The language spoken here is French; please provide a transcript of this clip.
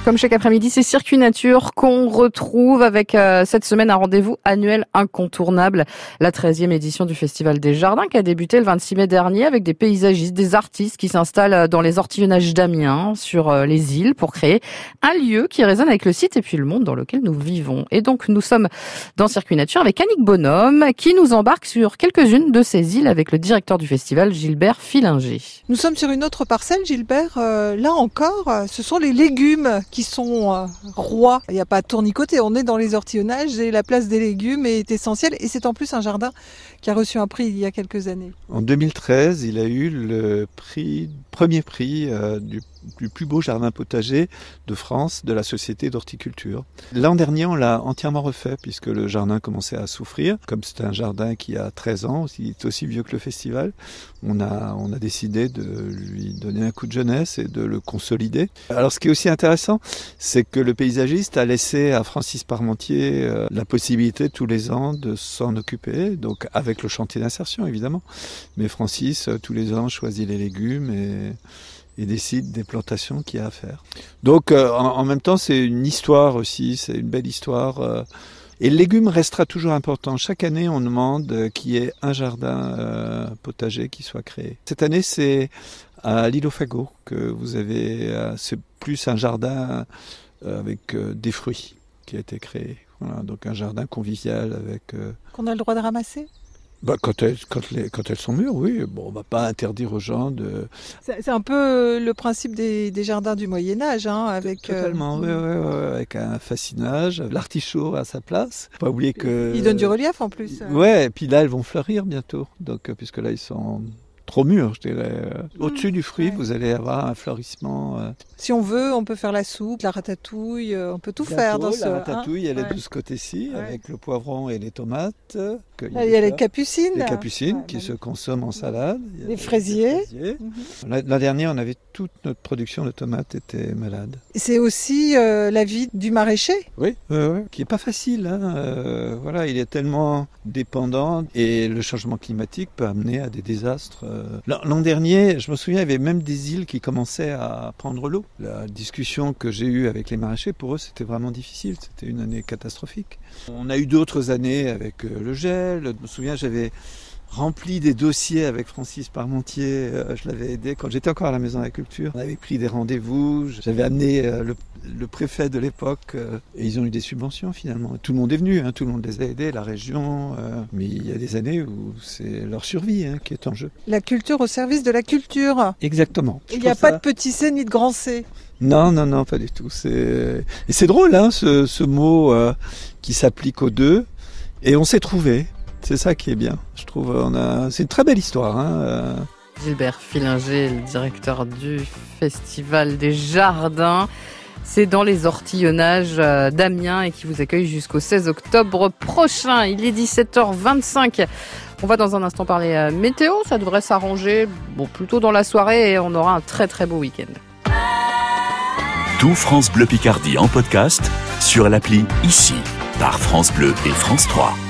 comme chaque après-midi, c'est Circuit Nature qu'on retrouve avec cette semaine un rendez-vous annuel incontournable. La 13e édition du Festival des Jardins qui a débuté le 26 mai dernier avec des paysagistes, des artistes qui s'installent dans les ortillonnages d'Amiens sur les îles pour créer un lieu qui résonne avec le site et puis le monde dans lequel nous vivons. Et donc nous sommes dans Circuit Nature avec Annick Bonhomme qui nous embarque sur quelques-unes de ces îles avec le directeur du festival, Gilbert Fillinger. Nous sommes sur une autre parcelle, Gilbert. Là encore, ce sont les légumes qui sont rois. Il n'y a pas à tournicoter, on est dans les ortillonnages et la place des légumes est essentielle. Et c'est en plus un jardin qui a reçu un prix il y a quelques années. En 2013, il a eu le premier prix du plus beau jardin potager de France de la Société d'horticulture. L'an dernier, on l'a entièrement refait puisque le jardin commençait à souffrir. Comme c'est un jardin qui a 13 ans, il est aussi vieux que le festival, on a décidé de lui donner un coup de jeunesse et de le consolider. Alors ce qui est aussi intéressant, c'est que le paysagiste a laissé à Francis Parmentier la possibilité tous les ans de s'en occuper, donc avec le chantier d'insertion évidemment. Mais Francis, tous les ans, choisit les légumes et décide des plantations qu'il y a à faire. Donc en même temps, c'est une histoire aussi, c'est une belle histoire. Et le légume restera toujours important. Chaque année, on demande qu'il y ait un jardin potager qui soit créé. Cette année, c'est à l'île aux Fagots que vous avez, c'est plus un jardin avec des fruits qui a été créé. Voilà, donc un jardin convivial avec... Qu'on a le droit de ramasser ? Quand elles sont mûres, oui. Bon, on va pas interdire aux gens de... C'est un peu le principe des jardins du Moyen-Âge, hein, avec... Totalement, oui, avec un fascinage. L'artichaut à sa place. Faut pas oublier que... Il donne du relief en plus. Ouais, et puis là, elles vont fleurir bientôt. Donc, puisque là, ils sont... trop mûrs, je dirais. Au-dessus du fruit, vous allez avoir un fleurissement. Si on veut, on peut faire la soupe, la ratatouille, on peut tout faire dans ce... La ratatouille, elle est de ce côté-ci, avec le poivron et les tomates. Il y a les capucines. Les capucines qui se consomment en salade. Les fraisiers. L'an dernier, on avait toute notre production de tomates était malade. C'est aussi la vie du maraîcher. Oui, qui est pas facile. Hein. Voilà, il est tellement dépendant et le changement climatique peut amener à des désastres. L'an dernier, je me souviens, il y avait même des îles qui commençaient à prendre l'eau. La discussion que j'ai eue avec les maraîchers, pour eux, c'était vraiment difficile. C'était une année catastrophique. On a eu d'autres années avec le gel. Je me souviens, j'avais rempli des dossiers avec Francis Parmentier. Je l'avais aidé quand j'étais encore à la Maison de la Culture. On avait pris des rendez-vous. J'avais amené le préfet de l'époque. Et ils ont eu des subventions finalement. Tout le monde est venu, hein, tout le monde les a aidés, la région. Mais il y a des années où c'est leur survie qui est en jeu. La culture au service de la culture. Exactement. Il n'y a pas de petit C ni de grand C. Non, pas du tout. Et c'est drôle, hein, ce mot qui s'applique aux deux. Et on s'est trouvé. C'est ça qui est bien. Je trouve, c'est une très belle histoire. Hein. Gilbert Fillinger, le directeur du Festival des Jardins. C'est dans les ortillonnages d'Amiens et qui vous accueille jusqu'au 16 octobre prochain. Il est 17h25. On va dans un instant parler météo. Ça devrait s'arranger plutôt dans la soirée et on aura un très très beau week-end. Tout France Bleu Picardie en podcast sur l'appli ICI par France Bleu et France 3.